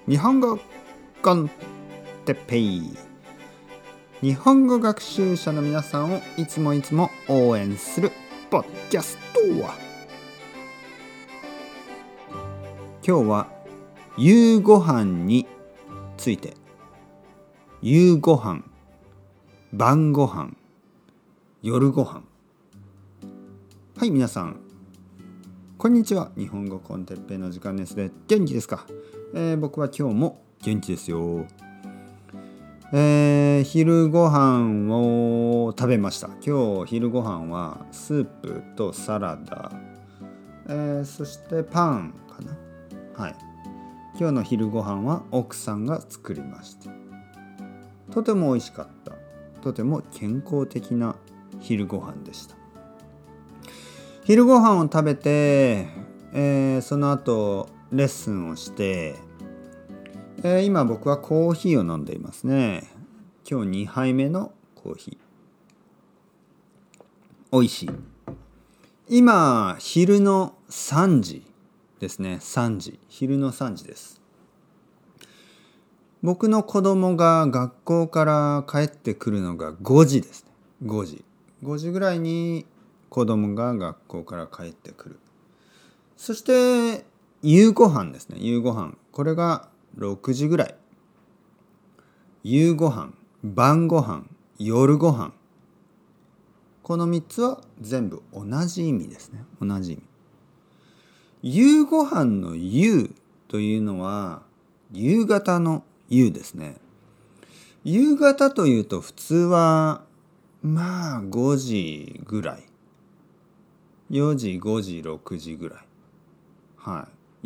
日本語コンテッペイ。日本語学習者の皆さんをいつも応援するポッドキャスト。今日は夕ご飯について。夕ご飯、晩ご飯、夜ご飯。はい、皆さんこんにちは。日本語コンテッペイの時間ですね。元気ですか？僕は今日も元気ですよ。昼ご飯を食べました。今日昼ご飯はスープとサラダ、そしてパンかな。はい。今日の昼ご飯は奥さんが作りました。とても美味しかった。とても健康的な昼ご飯でした。昼ご飯を食べて、その後レッスンをして、今僕はコーヒーを飲んでいますね。今日2杯目のコーヒー。美味しい。今昼の3時ですね。昼の3時です。僕の子供が学校から帰ってくるのが5時ですね。5時ぐらいに子供が学校から帰ってくる。そして夕ご飯ですね。夕ご飯。これが6時ぐらい。夕ご飯、晩ご飯、夜ご飯。この3つは全部同じ意味ですね。同じ意味。夕ご飯の夕というのは夕方の夕ですね。夕方というと普通は5時ぐらい。4時、5時、6時ぐらい。はい。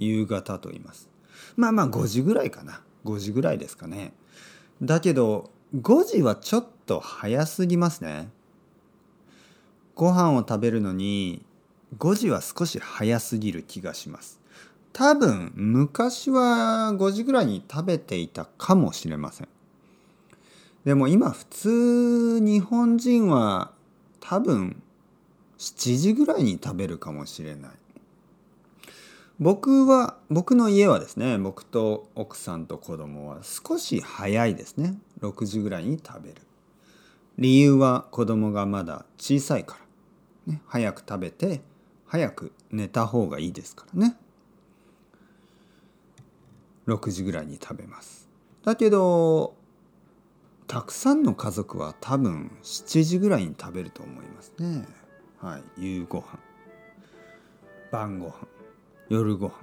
夕方と言います。5時ぐらいかな。5時ぐらいですかね。だけど5時はちょっと早すぎますね。ご飯を食べるのに5時は少し早すぎる気がします。多分昔は5時ぐらいに食べていたかもしれません。でも今普通日本人は多分7時ぐらいに食べるかもしれない。僕の家はですね、僕と奥さんと子供は少し早いですね。6時ぐらいに食べる。理由は子供がまだ小さいから、ね、早く食べて早く寝た方がいいですからね。6時ぐらいに食べます。だけどたくさんの家族は多分7時ぐらいに食べると思いますね。はい、夕ご飯、晩ご飯、夜ご飯。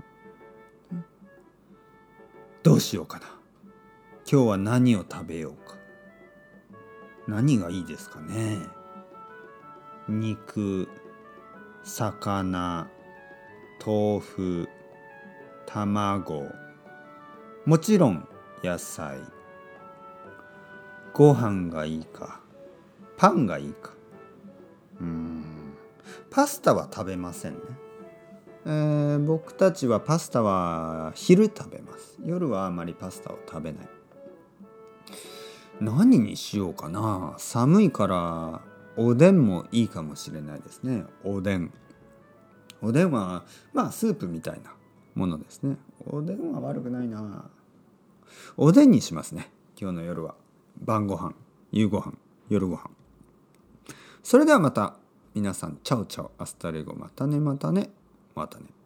どうしようかな。今日は何を食べようか。何がいいですかね。肉、魚、豆腐、卵、もちろん野菜。ご飯がいいか、パンがいいか。パスタは食べませんね。僕たちはパスタは昼食べます。夜はあまりパスタを食べない。何にしようかな。寒いからおでんもいいかもしれないですね。おでんはスープみたいなものですね。おでんは悪くないな。おでんにしますね。今日の夜は晩ご飯、夕ご飯、夜ご飯。それではまた皆さん、チャオチャオ、アスタレゴ、またね。